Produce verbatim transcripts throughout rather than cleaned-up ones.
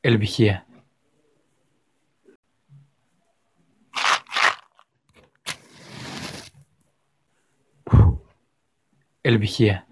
El Vigía. El Vigía.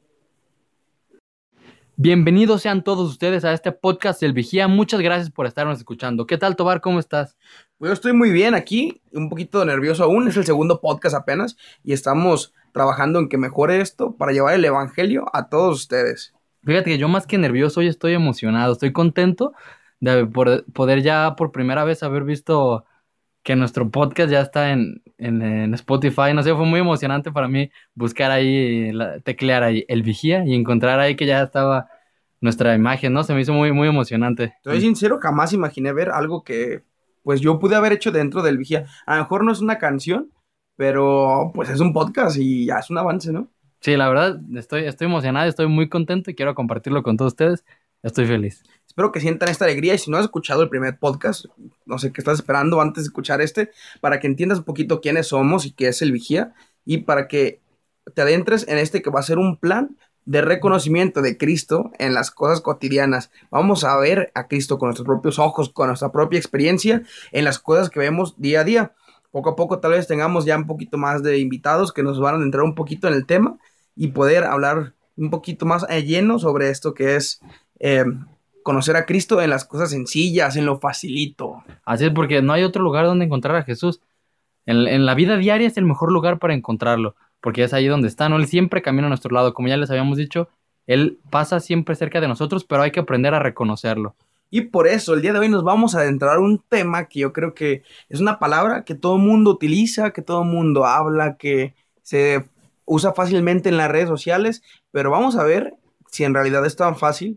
Bienvenidos sean todos ustedes a este podcast El Vigía. Muchas gracias por estarnos escuchando. ¿Qué tal, Tobar? ¿Cómo estás? Yo estoy muy bien aquí, un poquito nervioso aún, es el segundo podcast apenas y estamos trabajando en que mejore esto para llevar el evangelio a todos ustedes. Fíjate que yo más que nervioso hoy estoy emocionado, estoy contento de por- poder ya por primera vez haber visto que nuestro podcast ya está en, en, en Spotify. No sé, fue muy emocionante para mí buscar ahí, la- teclear ahí El Vigía y encontrar ahí que ya estaba nuestra imagen, ¿no? Se me hizo muy, muy emocionante. Te soy sincero, jamás imaginé ver algo que pues yo pude haber hecho dentro del Vigía. A lo mejor no es una canción, pero pues es un podcast y ya es un avance, ¿no? Sí, la verdad, estoy, estoy emocionado, estoy muy contento y quiero compartirlo con todos ustedes. Estoy feliz. Espero que sientan esta alegría y si no has escuchado el primer podcast, no sé qué estás esperando antes de escuchar este, para que entiendas un poquito quiénes somos y qué es el Vigía y para que te adentres en este que va a ser un plan de reconocimiento de Cristo en las cosas cotidianas. Vamos a ver a Cristo con nuestros propios ojos, con nuestra propia experiencia en las cosas que vemos día a día. Poco a poco tal vez tengamos ya un poquito más de invitados que nos van a adentrar un poquito en el tema y poder hablar un poquito más a lleno sobre esto que es eh, conocer a Cristo en las cosas sencillas, en lo facilito. Así es, porque no hay otro lugar donde encontrar a Jesús. En, en la vida diaria es el mejor lugar para encontrarlo, porque es ahí donde está, ¿no? Él siempre camina a nuestro lado, como ya les habíamos dicho, Él pasa siempre cerca de nosotros, pero hay que aprender a reconocerlo. Y por eso el día de hoy nos vamos a adentrar a un tema que yo creo que es una palabra que todo el mundo utiliza, que todo el mundo habla, que se usa fácilmente en las redes sociales, pero vamos a ver si en realidad es tan fácil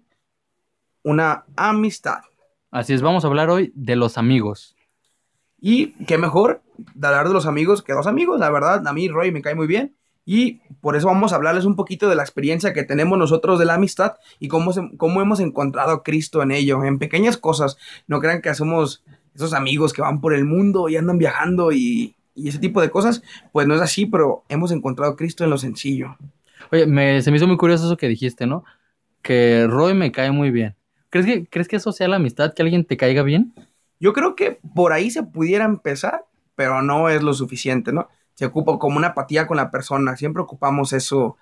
una amistad. Así es, vamos a hablar hoy de los amigos. Y qué mejor de hablar de los amigos que dos amigos, la verdad, a mí Roy me cae muy bien. Y por eso vamos a hablarles un poquito de la experiencia que tenemos nosotros de la amistad y cómo, se- cómo hemos encontrado a Cristo en ello, en pequeñas cosas. No crean que somos esos amigos que van por el mundo y andan viajando y, y ese tipo de cosas. Pues no es así, pero hemos encontrado a Cristo en lo sencillo. Oye, me, se me hizo muy curioso eso que dijiste, ¿no? Que Roy me cae muy bien. ¿Crees que, ¿crees que eso sea la amistad, que alguien te caiga bien? Yo creo que por ahí se pudiera empezar, pero no es lo suficiente, ¿no? Se ocupa como una apatía con la persona, siempre ocupamos eso,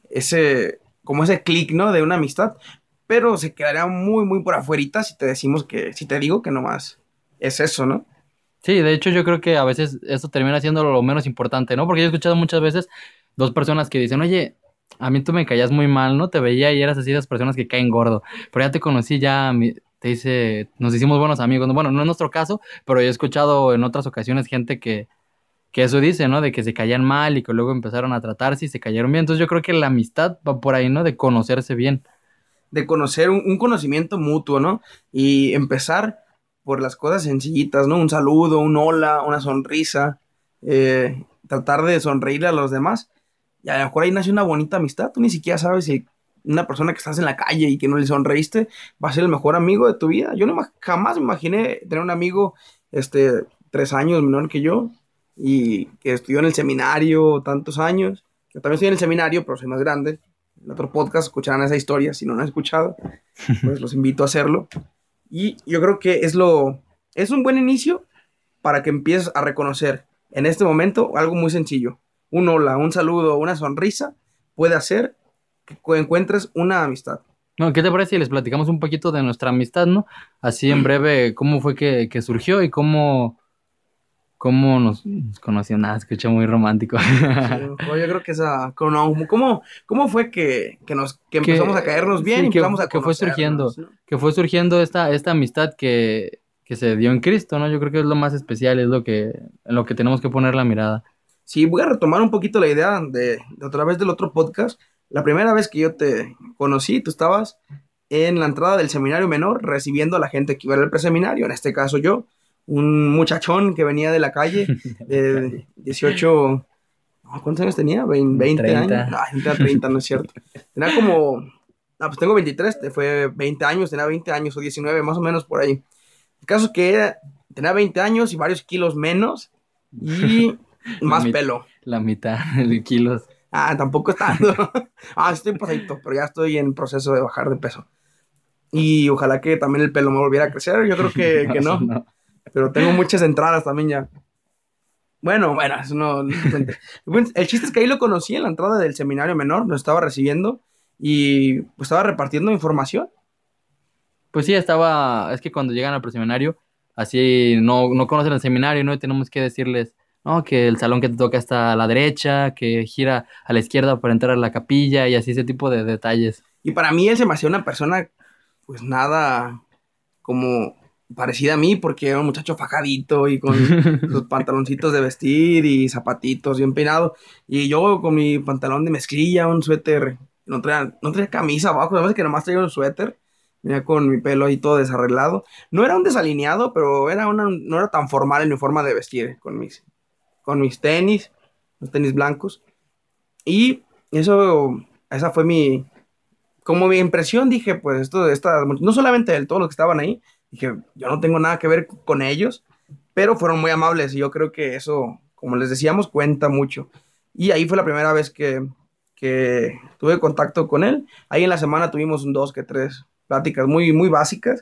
ese, como ese clic, ¿no? De una amistad, pero se quedaría muy, muy por afuerita si te decimos que, si te digo que nomás es eso, ¿no? Sí, de hecho yo creo que a veces esto termina siendo lo menos importante, ¿no? Porque yo he escuchado muchas veces dos personas que dicen, oye, a mí tú me caías muy mal, ¿no? Te veía y eras así de las personas que caen gordo, pero ya te conocí, ya mi- te dice, nos hicimos buenos amigos, ¿no? Bueno, no es nuestro caso, pero yo he escuchado en otras ocasiones gente que, que eso dice, ¿no? De que se caían mal y que luego empezaron a tratarse y se cayeron bien. Entonces yo creo que la amistad va por ahí, ¿no? De conocerse bien. De conocer un, un conocimiento mutuo, ¿no? Y empezar por las cosas sencillitas, ¿no? Un saludo, un hola, una sonrisa, eh, tratar de sonreírle a los demás. Y a lo mejor ahí nace una bonita amistad. Tú ni siquiera sabes si una persona que estás en la calle y que no le sonreíste va a ser el mejor amigo de tu vida. Yo no, ima- jamás me imaginé tener un amigo, este, tres años menor que yo y que estudió en el seminario tantos años. Yo también estoy en el seminario, pero soy más grande. En otro podcast escucharán esa historia. Si no lo han escuchado, pues los invito a hacerlo. Y yo creo que es lo, es un buen inicio para que empieces a reconocer en este momento algo muy sencillo. Un hola, un saludo, una sonrisa puede hacer que encuentres una amistad. No, ¿qué te parece si les platicamos un poquito de nuestra amistad, ¿no? Así en breve, cómo fue que, que surgió y cómo, cómo nos, nos conoció. Nada, escucha muy romántico. Sí, mejor yo creo que esa... ¿Cómo, cómo, cómo fue que, que, nos, que empezamos a Que, caernos bien y sí, que, empezamos a que fue surgiendo, conocernos, ¿no? que fue surgiendo esta, esta amistad que, que se dio en Cristo, ¿no? Yo creo que es lo más especial, es lo que, en lo que tenemos que poner la mirada. Sí, voy a retomar un poquito la idea de, de otra vez del otro podcast. La primera vez que yo te conocí, tú estabas en la entrada del seminario menor recibiendo a la gente que iba al preseminario, en este caso yo, un muchachón que venía de la calle, de dieciocho, no, ¿cuántos años tenía? Vein- veinte años. treinta. No, tenía treinta, no es cierto. Tenía como, no, pues tengo veintitrés, te fue veinte años, tenía veinte años o diecinueve, más o menos por ahí. El caso es que era- tenía veinte años y varios kilos menos y La, más mi- pelo. la mitad de kilos. Ah, tampoco es tanto. Ah, estoy pasadito, pero ya estoy en proceso de bajar de peso. Y ojalá que también el pelo me volviera a crecer. Yo creo que, No, que eso no. no. Pero tengo muchas entradas también ya. Bueno, bueno, eso no, no te cuente. Bueno, el chiste es que ahí lo conocí en la entrada del seminario menor, lo estaba recibiendo y pues estaba repartiendo información. Pues sí, estaba, es que cuando llegan al preseminario, así no, no conocen el seminario, ¿no? Y tenemos que decirles, no, que el salón que te toca está a la derecha, que gira a la izquierda para entrar a la capilla y así ese tipo de detalles. Y para mí él se me hacía una persona, pues nada como parecida a mí, porque era un muchacho fajadito y con sus pantaloncitos de vestir y zapatitos bien peinado. Y yo con mi pantalón de mezclilla, un suéter, no traía, no traía camisa abajo, además que nomás traía un suéter. Venía con mi pelo ahí todo desarreglado. No era un desalineado, pero era una, no era tan formal en mi forma de vestir, con mis, con mis tenis, los tenis blancos. Y eso, esa fue mi, como mi impresión, dije, pues esto, esta, no solamente de todos los que estaban ahí, dije, yo no tengo nada que ver con ellos, pero fueron muy amables y yo creo que eso, como les decíamos, cuenta mucho. Y ahí fue la primera vez que, que tuve contacto con él. Ahí en la semana tuvimos un dos que tres pláticas muy, muy básicas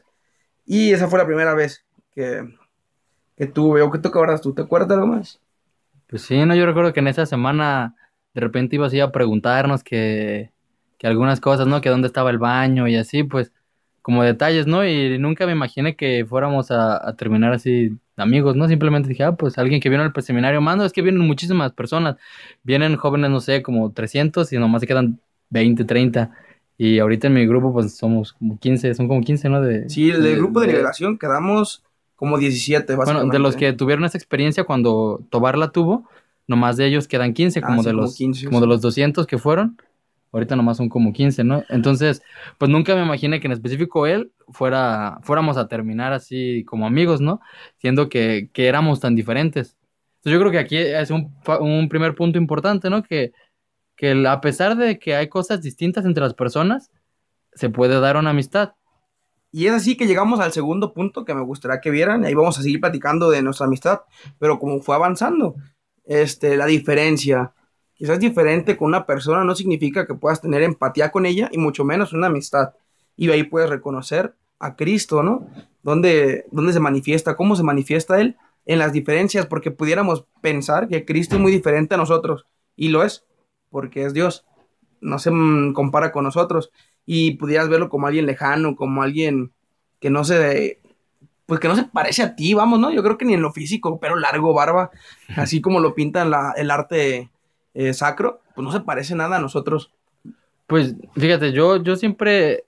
y esa fue la primera vez que, que tuve, o que tú acuerdas, ¿tú te acuerdas de algo más? Pues sí, no, yo recuerdo que en esa semana de repente ibas así a preguntarnos que, que algunas cosas, ¿no? Que dónde estaba el baño y así, pues como detalles, ¿no? Y nunca me imaginé que fuéramos a, a terminar así amigos, ¿no? Simplemente dije, ah, pues alguien que vino al seminario, mano, es que vienen muchísimas personas, vienen jóvenes, no sé, como trescientos y nomás se quedan veinte treinta y ahorita en mi grupo pues somos como quince son como quince, ¿no? De, Sí, del de, grupo de de, nivelación quedamos como diecisiete bueno, de los básicamente. que tuvieron esa experiencia cuando Tobar la tuvo, nomás de ellos quedan quince Ah, como sí, de como los, quince como de sí. los doscientos que fueron, ahorita nomás son como quince, ¿no? Entonces, pues nunca me imaginé que en específico él fuera, fuéramos a terminar así como amigos, ¿no? Siendo que, que éramos tan diferentes. Entonces yo creo que aquí es un, fa- un primer punto importante, ¿no? Que, que el- a pesar de que hay cosas distintas entre las personas, se puede dar una amistad. Y es así que llegamos al segundo punto que me gustaría que vieran, y ahí vamos a seguir platicando de nuestra amistad, pero como fue avanzando, este, la diferencia, quizás diferente con una persona no significa que puedas tener empatía con ella, y mucho menos una amistad, y ahí puedes reconocer a Cristo, ¿no? ¿Dónde, dónde se manifiesta? ¿Cómo se manifiesta Él? En las diferencias, porque pudiéramos pensar que Cristo es muy diferente a nosotros, y lo es, porque es Dios, no se mm, compara con nosotros y pudieras verlo como alguien lejano, como alguien que no se, pues que no se parece a ti, vamos, ¿no? Yo creo que ni en lo físico, pero largo, barba, así como lo pinta la, el arte eh, sacro, pues no se parece nada a nosotros. Pues fíjate, yo, yo siempre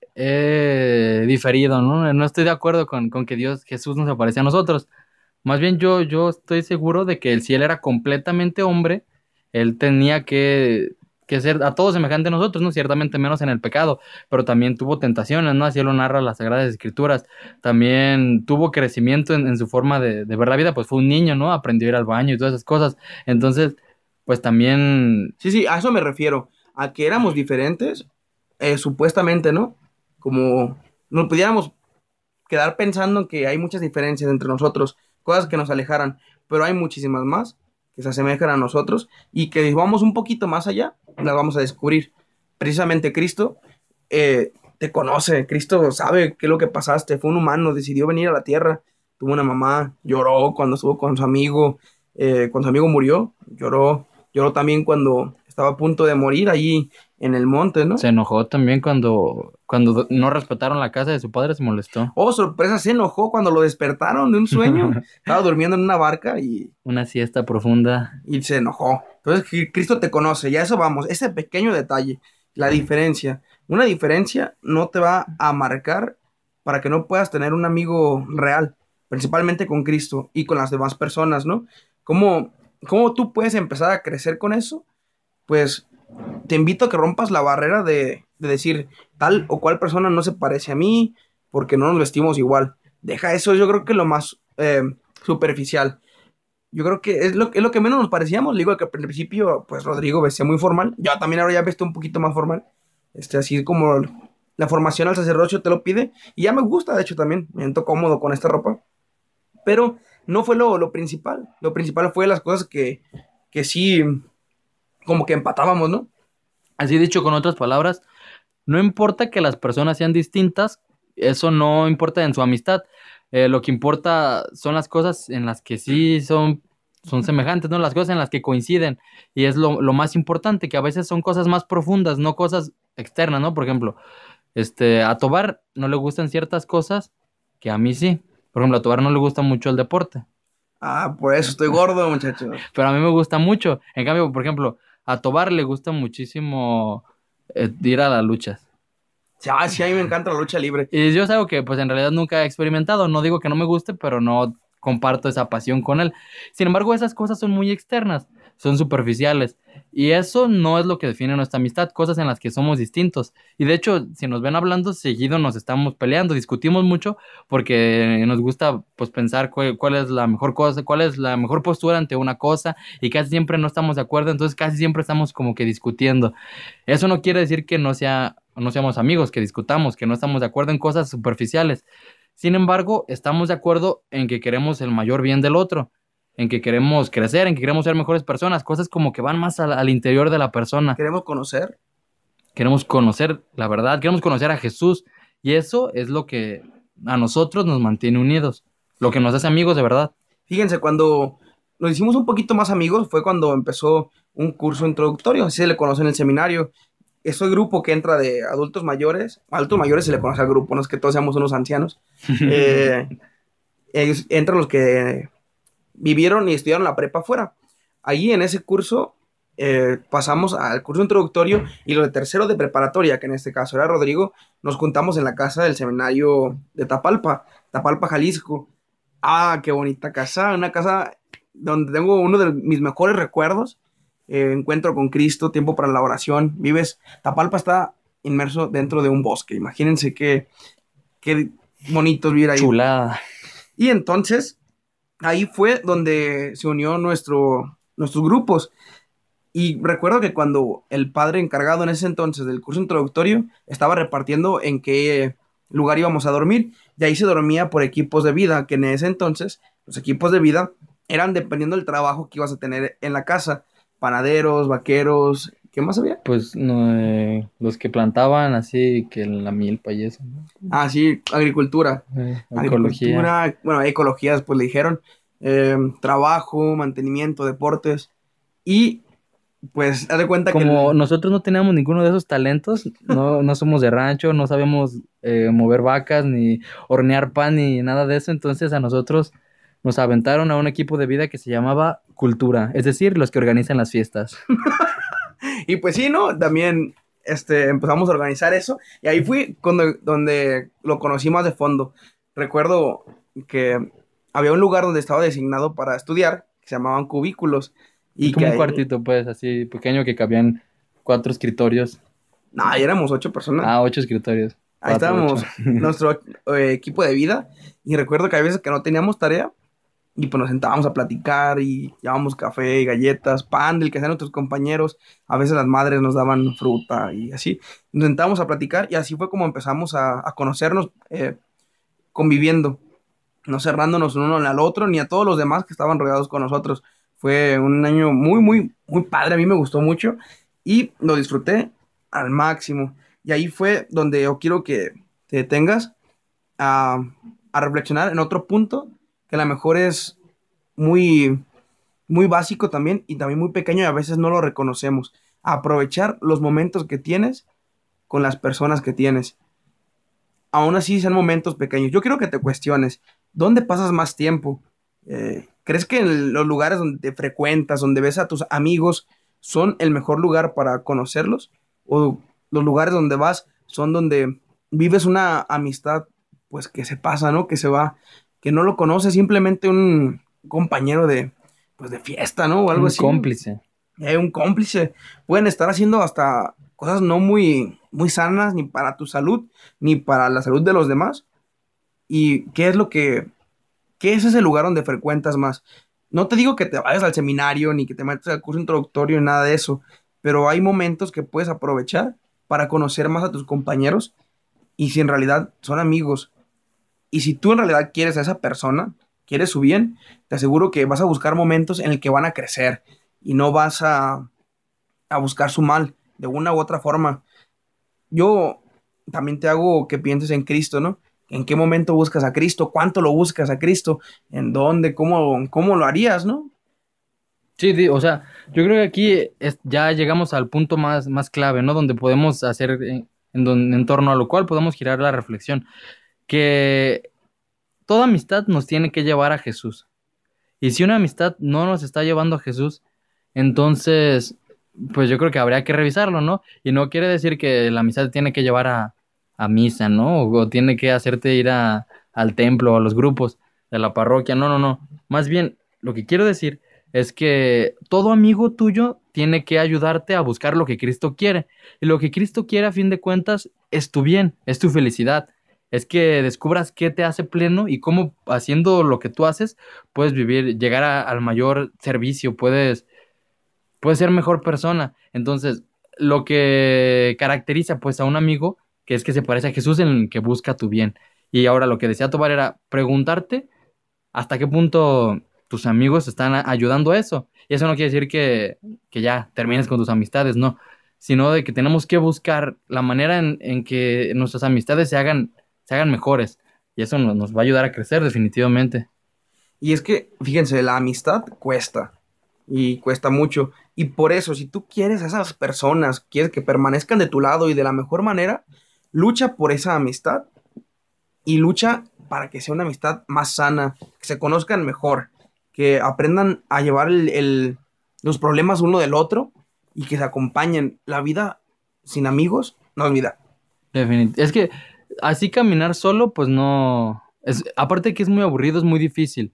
he diferido, ¿no? No estoy de acuerdo con, con que Dios, Jesús nos aparece a nosotros. Más bien yo, yo estoy seguro de que si Él era completamente hombre, Él tenía que, que ser a todos semejante a nosotros, ¿no? Ciertamente menos en el pecado, pero también tuvo tentaciones, ¿no? Así lo narra las Sagradas Escrituras. También tuvo crecimiento en, en su forma de, de ver la vida, pues fue un niño, ¿no? Aprendió a ir al baño y todas esas cosas. Entonces, pues también, Sí, sí, a eso me refiero, a que éramos diferentes, eh, supuestamente, ¿no? Como nos pudiéramos quedar pensando que hay muchas diferencias entre nosotros, cosas que nos alejaran, pero hay muchísimas más que se asemejan a nosotros y que vamos un poquito más allá, las vamos a descubrir. Precisamente Cristo eh, te conoce, Cristo sabe qué es lo que pasaste, fue un humano, decidió venir a la tierra, tuvo una mamá, lloró cuando estuvo con su amigo, eh, cuando su amigo murió, lloró, lloró también cuando estaba a punto de morir allí en el monte, ¿no? se enojó también cuando, cuando no respetaron la casa de su padre, se molestó. Oh, sorpresa, se enojó cuando lo despertaron de un sueño. Estaba durmiendo en una barca y, Una siesta profunda. y se enojó. Entonces, Cri- Cristo te conoce, ya eso vamos, ese pequeño detalle, la diferencia. Una diferencia no te va a marcar para que no puedas tener un amigo real, principalmente con Cristo y con las demás personas, ¿no? ¿Cómo, cómo tú puedes empezar a crecer con eso? Pues te invito a que rompas la barrera de, de decir tal o cual persona no se parece a mí porque no nos vestimos igual. Deja eso, yo creo que lo más eh, superficial. Yo creo que es lo, es lo que menos nos parecíamos. Le digo que al principio, pues Rodrigo vestía muy formal. Yo también ahora ya vesto un poquito más formal. Este, así como la formación al sacerdocio te lo pide. Y ya me gusta, de hecho, también. Me siento cómodo con esta ropa. Pero no fue lo, lo principal. Lo principal fue las cosas que, que sí, como que empatábamos, ¿no? Así dicho con otras palabras, no importa que las personas sean distintas, eso no importa en su amistad. Eh, lo que importa son las cosas en las que sí son, son semejantes, ¿no? Las cosas en las que coinciden. Y es lo, lo más importante, que a veces son cosas más profundas, no cosas externas, ¿no? Por ejemplo, este, a Tobar no le gustan ciertas cosas que a mí sí. Por ejemplo, a Tobar no le gusta mucho el deporte, Ah, por eso estoy gordo, muchachos. pero a mí me gusta mucho. En cambio, por ejemplo, a Tobar le gusta muchísimo eh, ir a las luchas. Sí, ah, sí, a mí me encanta la lucha libre. Y yo es algo que pues en realidad nunca he experimentado. No digo que no me guste, pero no comparto esa pasión con él. Sin embargo, esas cosas son muy externas, son superficiales. Y eso no es lo que define nuestra amistad, cosas en las que somos distintos. Y de hecho, si nos ven hablando, seguido nos estamos peleando, discutimos mucho porque nos gusta pues pensar cuál, cuál es la mejor cosa, cuál es la mejor postura ante una cosa y casi siempre no estamos de acuerdo, entonces casi siempre estamos como que discutiendo. Eso no quiere decir que no sea, no seamos amigos, que discutamos, que no estamos de acuerdo en cosas superficiales. Sin embargo, estamos de acuerdo en que queremos el mayor bien del otro, en que queremos crecer, en que queremos ser mejores personas, cosas como que van más al, al interior de la persona. Queremos conocer. Queremos conocer la verdad, queremos conocer a Jesús, y eso es lo que a nosotros nos mantiene unidos, lo que nos hace amigos de verdad. Fíjense, cuando nos hicimos un poquito más amigos fue cuando empezó un curso introductorio, así se le conoce en el seminario. Es el grupo que entra de adultos mayores, adultos mayores se le conoce al grupo, no es que todos seamos unos ancianos. Eh, ellos entran los que vivieron y estudiaron la prepa afuera. Allí en ese curso eh, pasamos al curso introductorio y los de tercero de preparatoria, que en este caso era Rodrigo, nos juntamos en la casa del seminario de Tapalpa, Tapalpa, Jalisco. Ah, qué bonita casa, una casa donde tengo uno de mis mejores recuerdos. Eh, encuentro con Cristo, tiempo para la oración. Vives, Tapalpa está inmerso dentro de un bosque. Imagínense qué, qué bonito es vivir ahí. Chulada. Y entonces, ahí fue donde se unió nuestro, nuestros grupos. Y recuerdo que cuando el padre encargado en ese entonces del curso introductorio estaba repartiendo en qué lugar íbamos a dormir, y ahí se dormía por equipos de vida, que en ese entonces los equipos de vida eran dependiendo del trabajo que ibas a tener en la casa. Panaderos, vaqueros, ¿qué más había? Pues no, eh, los que plantaban así que la milpa y eso, ¿no? Ah, sí, agricultura. Eh, Agricultura, ecología. bueno, ecología después le dijeron, eh, trabajo, mantenimiento, deportes, y pues haz de cuenta que Como el- nosotros no teníamos ninguno de esos talentos, no, no somos de rancho, no sabemos eh, mover vacas, ni hornear pan, ni nada de eso, entonces a nosotros nos aventaron a un equipo de vida que se llamaba Cultura, es decir, los que organizan las fiestas. y pues sí, ¿no? También este, empezamos a organizar eso, y ahí fui cuando, donde lo conocí más de fondo. Recuerdo que había un lugar donde estaba designado para estudiar, que se llamaban cubículos, Es y que como un ahí, cuartito, pues, así pequeño que cabían cuatro escritorios. no, ahí éramos ocho personas. Ah, ocho escritorios. Ahí Cuatro, estábamos, ocho. nuestro eh, equipo de vida, y recuerdo que hay veces que no teníamos tarea, y pues nos sentábamos a platicar, y llevábamos café, galletas, pan del que hacían nuestros compañeros, a veces las madres nos daban fruta, y así, nos sentábamos a platicar, y así fue como empezamos a, a conocernos, eh, conviviendo, no cerrándonos uno al otro, ni a todos los demás que estaban rodeados con nosotros. Fue un año muy, muy, muy padre, a mí me gustó mucho, y lo disfruté al máximo. Y ahí fue donde yo quiero que te detengas a, a reflexionar en otro punto, que a lo mejor es muy, muy básico también, y también muy pequeño, y a veces no lo reconocemos. Aprovechar los momentos que tienes con las personas que tienes. Aún así sean momentos pequeños. Yo quiero que te cuestiones, ¿dónde pasas más tiempo? Eh, ¿crees que en los lugares donde te frecuentas, donde ves a tus amigos, son el mejor lugar para conocerlos? ¿O los lugares donde vas son donde vives una amistad, pues que se pasa, ¿no? Que se va, que no lo conoces, simplemente un compañero de, pues de fiesta, ¿no? O algo Un así. cómplice. Eh, un cómplice. Pueden estar haciendo hasta cosas no muy, muy sanas, ni para tu salud, ni para la salud de los demás. ¿Y qué es lo que, qué es ese lugar donde frecuentas más? No te digo que te vayas al seminario, ni que te metas al curso introductorio, ni nada de eso, pero hay momentos que puedes aprovechar para conocer más a tus compañeros, y si en realidad son amigos, y si tú en realidad quieres a esa persona, quieres su bien, te aseguro que vas a buscar momentos en el que van a crecer, y no vas a, a buscar su mal de una u otra forma. Yo también te hago que pienses en Cristo, ¿no? ¿En qué momento buscas a Cristo? ¿Cuánto lo buscas a Cristo? ¿En dónde? ¿Cómo, cómo lo harías, no? Sí, di- o sea, yo creo que aquí es- ya llegamos al punto más, más clave, ¿no? Donde podemos hacer, eh, en, don- en torno a lo cual podemos girar la reflexión, que toda amistad nos tiene que llevar a Jesús. Y si una amistad no nos está llevando a Jesús, entonces, pues yo creo que habría que revisarlo, ¿no? Y no quiere decir que la amistad te tiene que llevar a, a misa, ¿no? O, o tiene que hacerte ir a, al templo o a los grupos de la parroquia. No, no, no. Más bien, lo que quiero decir es que todo amigo tuyo tiene que ayudarte a buscar lo que Cristo quiere. Y lo que Cristo quiere, a fin de cuentas, es tu bien, es tu felicidad. Es que descubras qué te hace pleno y cómo haciendo lo que tú haces puedes vivir, llegar a- al mayor servicio, puedes, puedes ser mejor persona. Entonces, lo que caracteriza pues a un amigo, que es que se parece a Jesús en el que busca tu bien. Y ahora lo que decía Tobar era preguntarte hasta qué punto tus amigos están a- ayudando a eso. Y eso no quiere decir que, que ya termines con tus amistades, no, sino de que tenemos que buscar la manera en, en que nuestras amistades se hagan, se hagan mejores. Y eso nos, nos va a ayudar a crecer definitivamente. Y es que, fíjense, la amistad cuesta y cuesta mucho. Y por eso, si tú quieres a esas personas, quieres que permanezcan de tu lado y de la mejor manera, lucha por esa amistad y lucha para que sea una amistad más sana, que se conozcan mejor, que aprendan a llevar el, el- los problemas uno del otro y que se acompañen. La vida sin amigos no es vida. Definit- es que así caminar solo, pues no. Es, aparte que es muy aburrido, es muy difícil.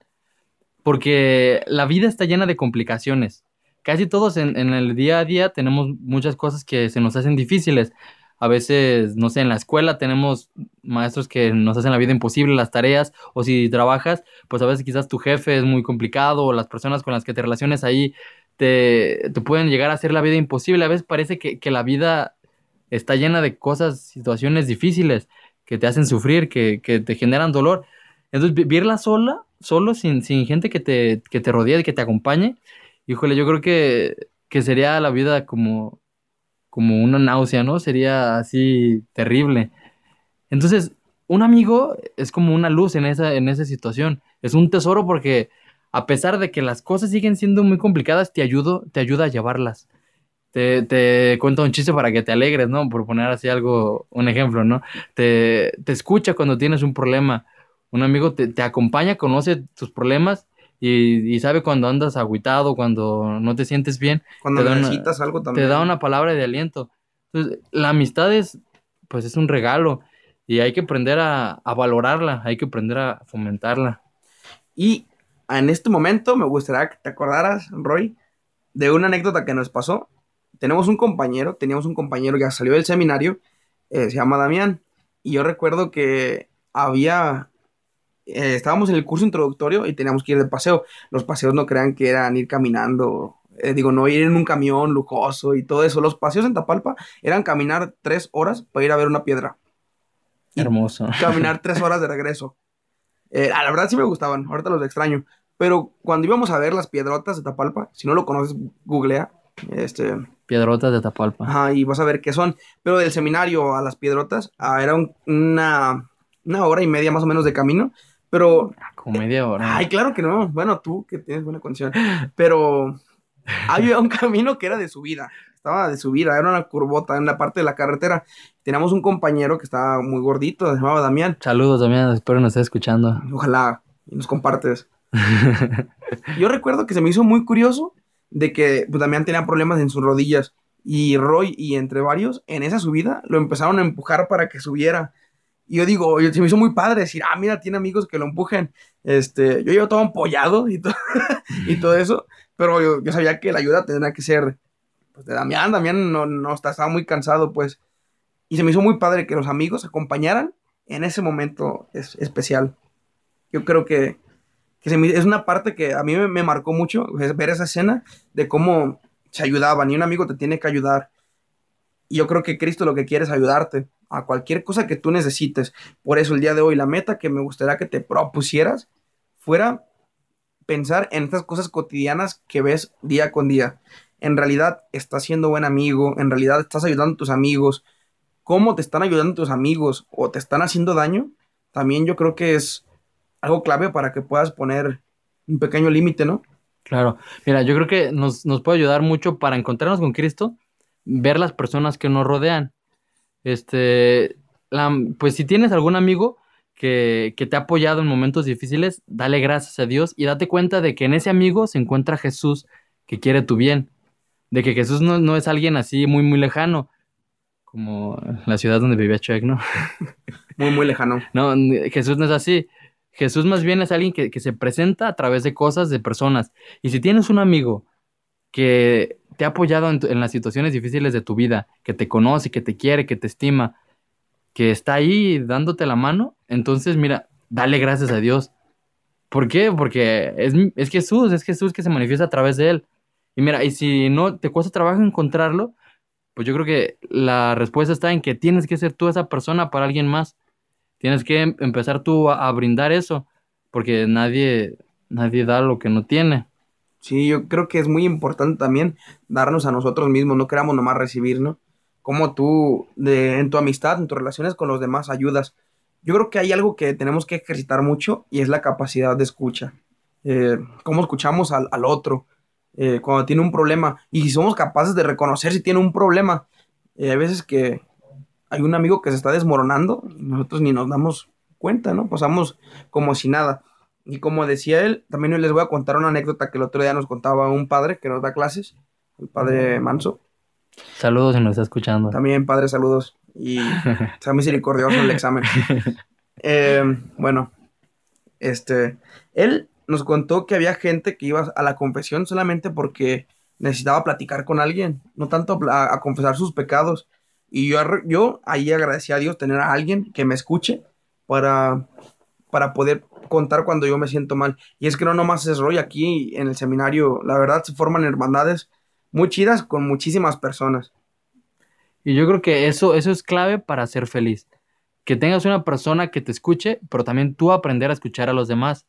Porque la vida está llena de complicaciones. Casi todos en, en el día a día tenemos muchas cosas que se nos hacen difíciles. A veces, no sé, en la escuela tenemos maestros que nos hacen la vida imposible, las tareas, o si trabajas, pues a veces quizás tu jefe es muy complicado, o las personas con las que te relaciones ahí te, te pueden llegar a hacer la vida imposible. A veces parece que, que la vida está llena de cosas, situaciones difíciles que te hacen sufrir, que, que te generan dolor. Entonces, vivirla sola, solo, sin, sin gente que te, que te rodee y que te acompañe, híjole, yo creo que, que sería la vida como, como una náusea, ¿no? Sería así terrible. Entonces, un amigo es como una luz en esa, en esa situación. Es un tesoro porque a pesar de que las cosas siguen siendo muy complicadas, te ayudo, te ayuda a llevarlas. Te, te cuenta un chiste para que te alegres, ¿no? Por poner así algo, un ejemplo, ¿no? Te, te escucha cuando tienes un problema. Un amigo te, te acompaña, conoce tus problemas y, y sabe cuando andas agüitado, cuando no te sientes bien, Cuando te da una, necesitas algo te da también. una palabra de aliento. Entonces, la amistad es, pues es un regalo y hay que aprender a, a valorarla, hay que aprender a fomentarla. Y en este momento me gustaría que te acordaras, Roy, de una anécdota que nos pasó. Tenemos un compañero, teníamos un compañero que salió del seminario, eh, se llama Damián, y yo recuerdo que había, eh, estábamos en el curso introductorio y teníamos que ir de paseo. Los paseos no crean que eran ir caminando, eh, digo, no ir en un camión lujoso y todo eso. Los paseos en Tapalpa eran caminar tres horas para ir a ver una piedra y Hermoso. caminar tres horas de regreso. Eh, a la verdad sí me gustaban, ahorita los extraño. Pero cuando íbamos a ver las piedrotas de Tapalpa, si no lo conoces, googlea. Este, Piedrotas de Tapalpa. ajá, y vas a ver qué son. Pero del seminario a las piedrotas, ah, era un- una, una hora y media más o menos de camino. Pero, Como media ay, hora. claro que no. Bueno, tú que tienes buena condición. Pero había un camino que era de subida. Estaba de subida, era una curvota en la parte de la carretera. Teníamos un compañero que estaba muy gordito, se llamaba Damián. Saludos, Damián, espero nos esté escuchando. Ojalá y nos compartes. Yo recuerdo que se me hizo muy curioso de que pues, Damián tenía problemas en sus rodillas y Roy y entre varios en esa subida lo empezaron a empujar para que subiera. Y yo digo, oye, se me hizo muy padre decir, ah, mira, tiene amigos que lo empujen. Este, yo llevo todo empollado y, to- y todo eso, pero yo, yo sabía que la ayuda tendría que ser pues, de Damián. Damián no, no está, estaba muy cansado, pues. Y se me hizo muy padre que los amigos acompañaran en ese momento es- especial. Yo creo que que se me- es una parte que a mí me, me marcó mucho, es ver esa escena de cómo se ayudaban y un amigo te tiene que ayudar. Y yo creo que Cristo lo que quiere es ayudarte a cualquier cosa que tú necesites. Por eso el día de hoy la meta que me gustaría que te propusieras fuera pensar en estas cosas cotidianas que ves día con día. En realidad estás siendo buen amigo, en realidad estás ayudando a tus amigos. ¿Cómo te están ayudando tus amigos o te están haciendo daño? también yo creo que es algo clave para que puedas poner un pequeño límite, ¿no? Claro, mira, yo creo que nos, nos puede ayudar mucho para encontrarnos con Cristo, ver las personas que nos rodean. Este, la- pues si tienes algún amigo que, que te ha apoyado en momentos difíciles, dale gracias a Dios y date cuenta de que en ese amigo se encuentra Jesús que quiere tu bien, de que Jesús no, no es alguien así muy, muy lejano, como la ciudad donde vivía Chuck, ¿no? Muy, muy lejano. No, n- Jesús no es así. Jesús más bien es alguien que, que se presenta a través de cosas, de personas. Y si tienes un amigo que te ha apoyado en, tu- en las situaciones difíciles de tu vida, que te conoce, que te quiere, que te estima, que está ahí dándote la mano, entonces mira, dale gracias a Dios. ¿Por qué? Porque es, es Jesús, es Jesús que se manifiesta a través de él. Y mira, y si no te cuesta trabajo encontrarlo, pues yo creo que la respuesta está en que tienes que ser tú esa persona para alguien más. Tienes que em- empezar tú a, a brindar eso, porque nadie, nadie da lo que no tiene. Sí, yo creo que es muy importante también darnos a nosotros mismos, no queramos nomás recibir, ¿no? Como tú, de, en tu amistad, en tus relaciones con los demás, ayudas. Yo creo que hay algo que tenemos que ejercitar mucho y es la capacidad de escucha. Eh, cómo escuchamos al, al otro eh, cuando tiene un problema y si somos capaces de reconocer si tiene un problema. Eh, hay veces que hay un amigo que se está desmoronando y nosotros ni nos damos cuenta, ¿no? Pasamos como si nada. Y como decía él, también les voy a contar una anécdota que el otro día nos contaba un padre que nos da clases, el padre Manso. Saludos si nos está escuchando. También, padre, saludos y sea misericordioso en el examen. Eh, bueno, este, él nos contó que había gente que iba a la confesión solamente porque necesitaba platicar con alguien, no tanto a, a confesar sus pecados. Y yo, arre- yo ahí agradecí a Dios tener a alguien que me escuche para, para poder contar cuando yo me siento mal. Y es que no nomás es rollo aquí en el seminario, la verdad se forman hermandades muy chidas con muchísimas personas. Y yo creo que eso, eso es clave para ser feliz. Que tengas una persona que te escuche, pero también tú aprender a escuchar a los demás.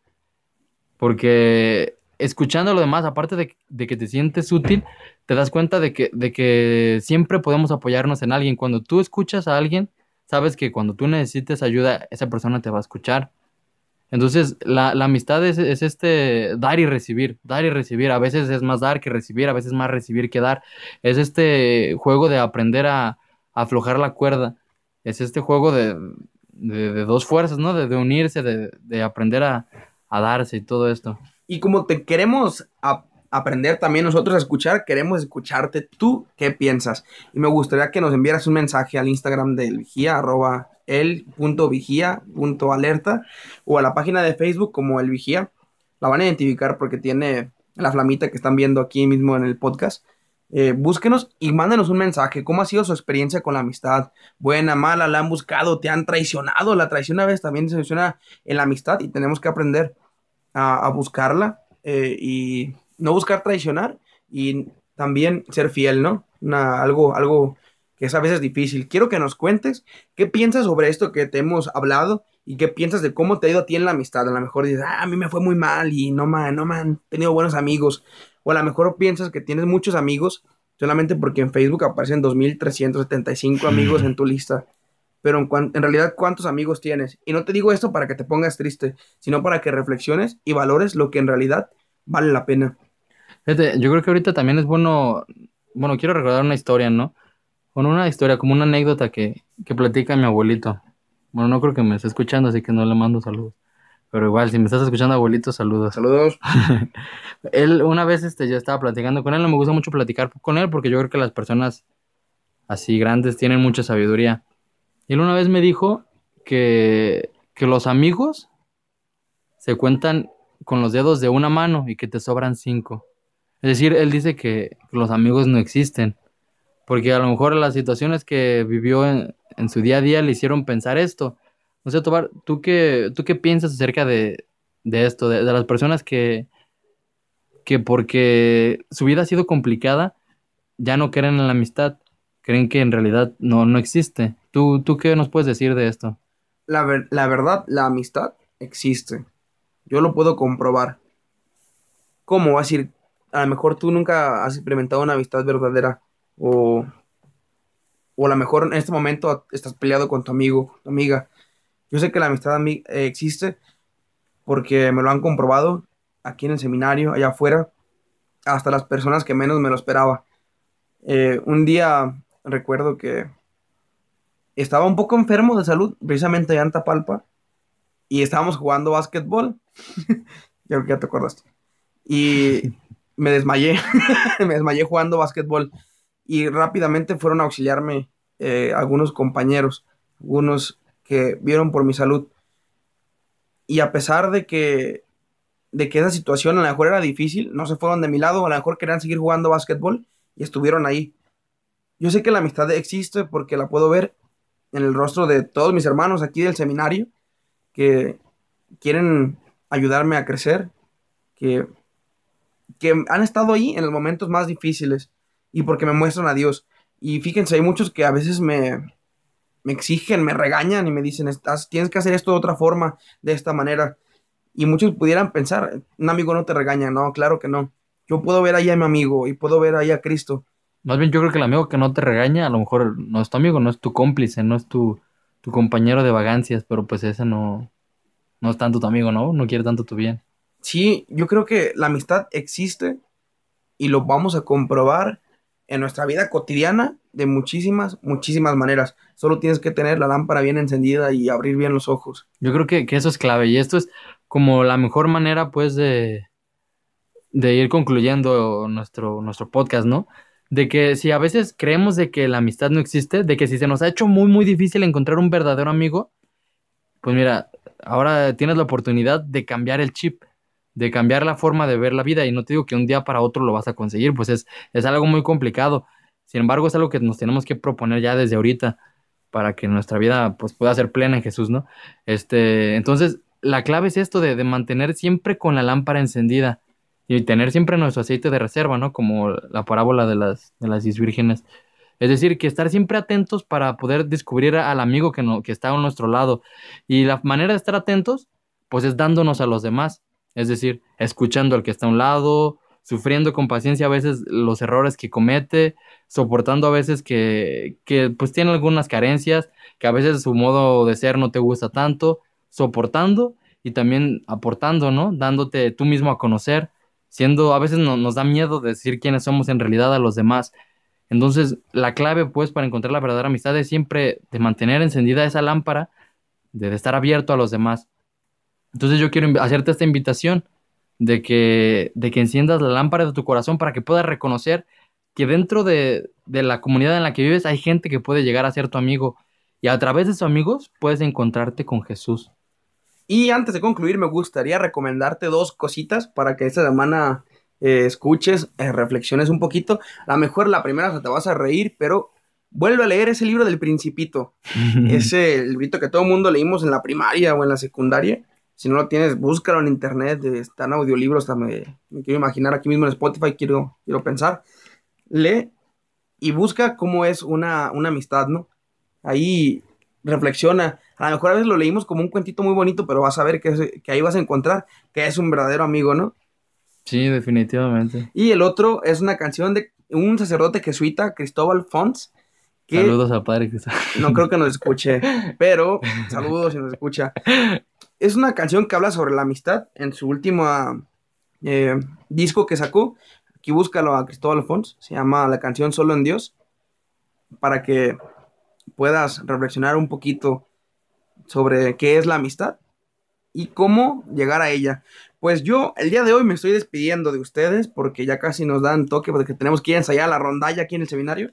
Porque escuchando a los demás, aparte de, de que te sientes útil, te das cuenta de que, de que siempre podemos apoyarnos en alguien. Cuando tú escuchas a alguien, sabes que cuando tú necesites ayuda, esa persona te va a escuchar. Entonces, la, la amistad es, es este dar y recibir, dar y recibir. A veces es más dar que recibir, a veces más recibir que dar. Es este juego de aprender a, a aflojar la cuerda. Es este juego de, de, de dos fuerzas, ¿no? De, de unirse, de, de aprender a, a darse y todo esto. Y como te queremos a- aprender también nosotros a escuchar, queremos escucharte tú qué piensas. Y me gustaría que nos enviaras un mensaje al Instagram del Vigía, arroba el punto vigía punto alerta, o a la página de Facebook como El Vigía. La van a identificar porque tiene la flamita que están viendo aquí mismo en el podcast. Eh, búsquenos y mándenos un mensaje. ¿Cómo ha sido su experiencia con la amistad? Buena, mala, la han buscado, te han traicionado. La traición a veces también se menciona en la amistad y tenemos que aprender a, a buscarla eh, y no buscar traicionar y también ser fiel, ¿no? Una, algo, algo que es a veces difícil. Quiero que nos cuentes qué piensas sobre esto que te hemos hablado y qué piensas de cómo te ha ido a ti en la amistad. A lo mejor dices, ah, a mí me fue muy mal y no me, no me han tenido buenos amigos. O a lo mejor piensas que tienes muchos amigos solamente porque en Facebook aparecen dos mil trescientos setenta y cinco amigos en tu lista, pero en, cuan- en realidad, ¿cuántos amigos tienes? Y no te digo esto para que te pongas triste, sino para que reflexiones y valores lo que en realidad vale la pena. Fíjate, yo creo que ahorita también es bueno, bueno, quiero recordar una historia, ¿no? Bueno, una historia, como una anécdota que, que platica mi abuelito. Bueno, no creo que me esté escuchando, así que no le mando saludos. Pero igual, si me estás escuchando, abuelito, saludos. Saludos. Él, una vez, este, yo estaba platicando con él, no me gusta mucho platicar con él porque yo creo que las personas así grandes tienen mucha sabiduría. Y él una vez me dijo que, que los amigos se cuentan con los dedos de una mano y que te sobran cinco. Es decir, él dice que los amigos no existen, porque a lo mejor las situaciones que vivió en, en su día a día le hicieron pensar esto. No sé, Tobar, ¿tú qué, tú qué piensas acerca de, de esto, de, de las personas que, que porque su vida ha sido complicada, ya no creen en la amistad, creen que en realidad no, no existe? ¿Tú, tú qué nos puedes decir de esto? La, ver- la verdad, la amistad existe. Yo lo puedo comprobar. ¿Cómo? Es decir, a lo mejor tú nunca has experimentado una amistad verdadera o, o a lo mejor en este momento estás peleado con tu amigo, tu amiga. Yo sé que la amistad a mí eh, existe porque me lo han comprobado aquí en el seminario, allá afuera, hasta las personas que menos me lo esperaba. Eh, un día recuerdo que estaba un poco enfermo de salud, precisamente allá en Tapalpa, y estábamos jugando básquetbol. Yo creo que ya te acordaste. Y me desmayé, me desmayé jugando básquetbol. Y rápidamente fueron a auxiliarme eh, algunos compañeros, algunos que vieron por mi salud. Y a pesar de que, de que esa situación a lo mejor era difícil, no se fueron de mi lado, a lo mejor querían seguir jugando básquetbol y estuvieron ahí. Yo sé que la amistad existe porque la puedo ver en el rostro de todos mis hermanos aquí del seminario que quieren ayudarme a crecer, que, que han estado ahí en los momentos más difíciles y porque me muestran a Dios. Y fíjense, hay muchos que a veces me, me exigen, me regañan y me dicen, estás, tienes que hacer esto de otra forma, de esta manera. Y muchos pudieran pensar, un amigo no te regaña, no, claro que no. Yo puedo ver ahí a mi amigo y puedo ver ahí a Cristo. Más bien yo creo que el amigo que no te regaña, a lo mejor no es tu amigo, no es tu cómplice, no es tu, tu compañero de vagancias, pero pues ese no, no es tanto tu amigo, ¿no? No quiere tanto tu bien. Sí, yo creo que la amistad existe y lo vamos a comprobar en nuestra vida cotidiana de muchísimas, muchísimas maneras. Solo tienes que tener la lámpara bien encendida y abrir bien los ojos. Yo creo que, que eso es clave y esto es como la mejor manera pues de, de ir concluyendo nuestro, nuestro podcast, ¿no? De que si a veces creemos de que la amistad no existe, de que si se nos ha hecho muy muy difícil encontrar un verdadero amigo, pues mira, ahora tienes la oportunidad de cambiar el chip, de cambiar la forma de ver la vida y no te digo que un día para otro lo vas a conseguir, pues es, es algo muy complicado. Sin embargo, es algo que nos tenemos que proponer ya desde ahorita para que nuestra vida pues pueda ser plena en Jesús, ¿no? Este, entonces, la clave es esto de, de mantener siempre con la lámpara encendida y tener siempre nuestro aceite de reserva, ¿no? Como la parábola de las, de las diez vírgenes. Es decir, que estar siempre atentos para poder descubrir a- al amigo que, no, que está a nuestro lado. Y la manera de estar atentos, pues es dándonos a los demás. Es decir, escuchando al que está a un lado, sufriendo con paciencia a veces los errores que comete, soportando a veces que, que pues tiene algunas carencias, que a veces su modo de ser no te gusta tanto, soportando y también aportando, ¿no? Dándote tú mismo a conocer, siendo, a veces no- nos da miedo decir quiénes somos en realidad a los demás. Entonces, la clave, pues, para encontrar la verdadera amistad es siempre de mantener encendida esa lámpara, de, de estar abierto a los demás. Entonces, yo quiero inv- hacerte esta invitación de que, de que enciendas la lámpara de tu corazón para que puedas reconocer que dentro de, de la comunidad en la que vives hay gente que puede llegar a ser tu amigo y a través de sus amigos puedes encontrarte con Jesús. Y antes de concluir, me gustaría recomendarte dos cositas para que esta semana eh, escuches, eh, reflexiones un poquito. A lo mejor la primera se te vas a reír, pero vuelve a leer ese libro del Principito. Ese librito que todo el mundo leímos en la primaria o en la secundaria. Si no lo tienes, búscalo en internet. eh, Está en audiolibro, hasta me, me quiero imaginar aquí mismo en Spotify, quiero, quiero pensar. Lee y busca cómo es una, una amistad, ¿no? Ahí reflexiona. A lo mejor a veces lo leímos como un cuentito muy bonito, pero vas a ver que, es- que ahí vas a encontrar que es un verdadero amigo, ¿no? Sí, definitivamente. Y el otro es una canción de un sacerdote jesuita, Cristóbal Fons, que Saludos al Padre Cristo. no creo que nos escuche, pero saludos si nos escucha. Es una canción que habla sobre la amistad en su último eh, disco que sacó. Aquí búscalo a Cristóbal Fons, se llama la canción Solo en Dios, para que puedas reflexionar un poquito sobre qué es la amistad y cómo llegar a ella. Pues yo el día de hoy me estoy despidiendo de ustedes porque ya casi nos dan toque porque tenemos que ir a ensayar la rondalla aquí en el seminario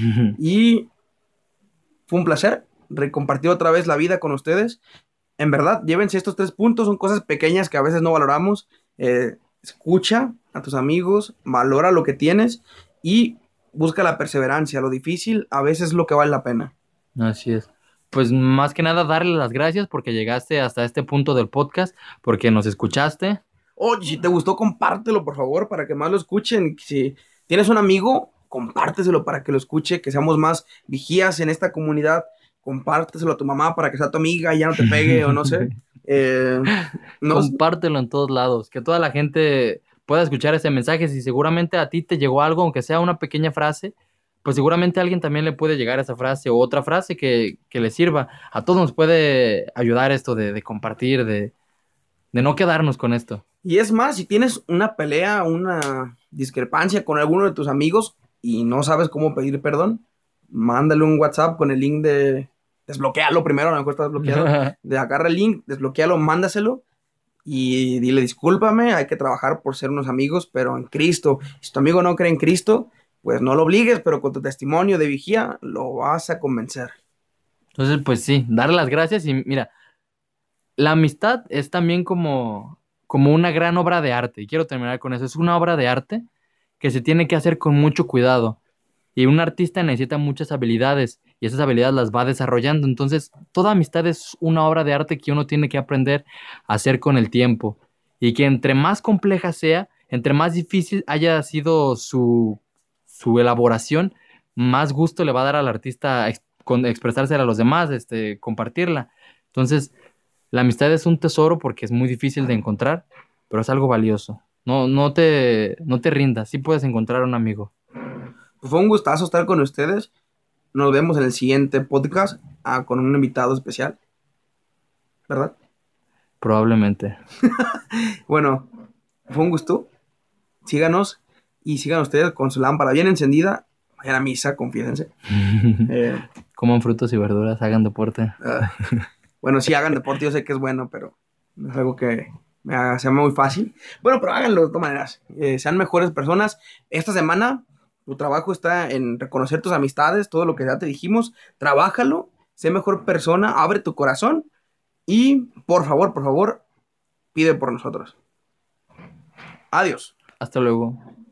y fue un placer recompartir otra vez la vida con ustedes. En verdad, llévense estos tres puntos, son cosas pequeñas que a veces no valoramos. Eh, escucha a tus amigos, valora lo que tienes y busca la perseverancia. Lo difícil a veces es lo que vale la pena. Así es. Pues más que nada darle las gracias porque llegaste hasta este punto del podcast, porque nos escuchaste. Oye, si te gustó, compártelo, por favor, para que más lo escuchen. Si tienes un amigo, compárteselo para que lo escuche, que seamos más vigías en esta comunidad. Compárteselo a tu mamá para que sea tu amiga y ya no te pegue o no sé. Eh, no, Compártelo en todos lados, que toda la gente pueda escuchar ese mensaje. Si seguramente a ti te llegó algo, aunque sea una pequeña frase, pues seguramente a alguien también le puede llegar esa frase o otra frase que, que le sirva. A todos nos puede ayudar esto de, de compartir, de, de no quedarnos con esto. Y es más, si tienes una pelea, una discrepancia con alguno de tus amigos y no sabes cómo pedir perdón, mándale un WhatsApp con el link de... Desbloquéalo primero, a lo mejor está desbloqueado. De agarra el link, desbloquéalo, mándaselo y dile discúlpame, hay que trabajar por ser unos amigos, pero en Cristo. Si tu amigo no cree en Cristo, pues no lo obligues, pero con tu testimonio de vigía lo vas a convencer. Entonces, pues sí, darle las gracias y mira, la amistad es también como, como una gran obra de arte. Y quiero terminar con eso. Es una obra de arte que se tiene que hacer con mucho cuidado. Y un artista necesita muchas habilidades y esas habilidades las va desarrollando. Entonces, toda amistad es una obra de arte que uno tiene que aprender a hacer con el tiempo. Y que entre más compleja sea, entre más difícil haya sido su, su elaboración, más gusto le va a dar al artista ex- con, expresársela a los demás, este, compartirla. Entonces, la amistad es un tesoro porque es muy difícil de encontrar, pero es algo valioso. No, no te, no te rindas, sí puedes encontrar un amigo. Pues fue un gustazo estar con ustedes. Nos vemos en el siguiente podcast ah, con un invitado especial, ¿verdad? Probablemente. Bueno, fue un gusto. Síganos y sigan ustedes con su lámpara bien encendida. Vayan a misa, confiésense. Eh, Coman frutos y verduras, hagan deporte. uh, bueno, sí hagan deporte, yo sé que es bueno, pero no es algo que me haga, sea muy fácil. Bueno, pero háganlo de todas maneras. Eh, sean mejores personas. Esta semana tu trabajo está en reconocer tus amistades, todo lo que ya te dijimos. Trabájalo, sé mejor persona, abre tu corazón y por favor, por favor, pide por nosotros. Adiós. Hasta luego.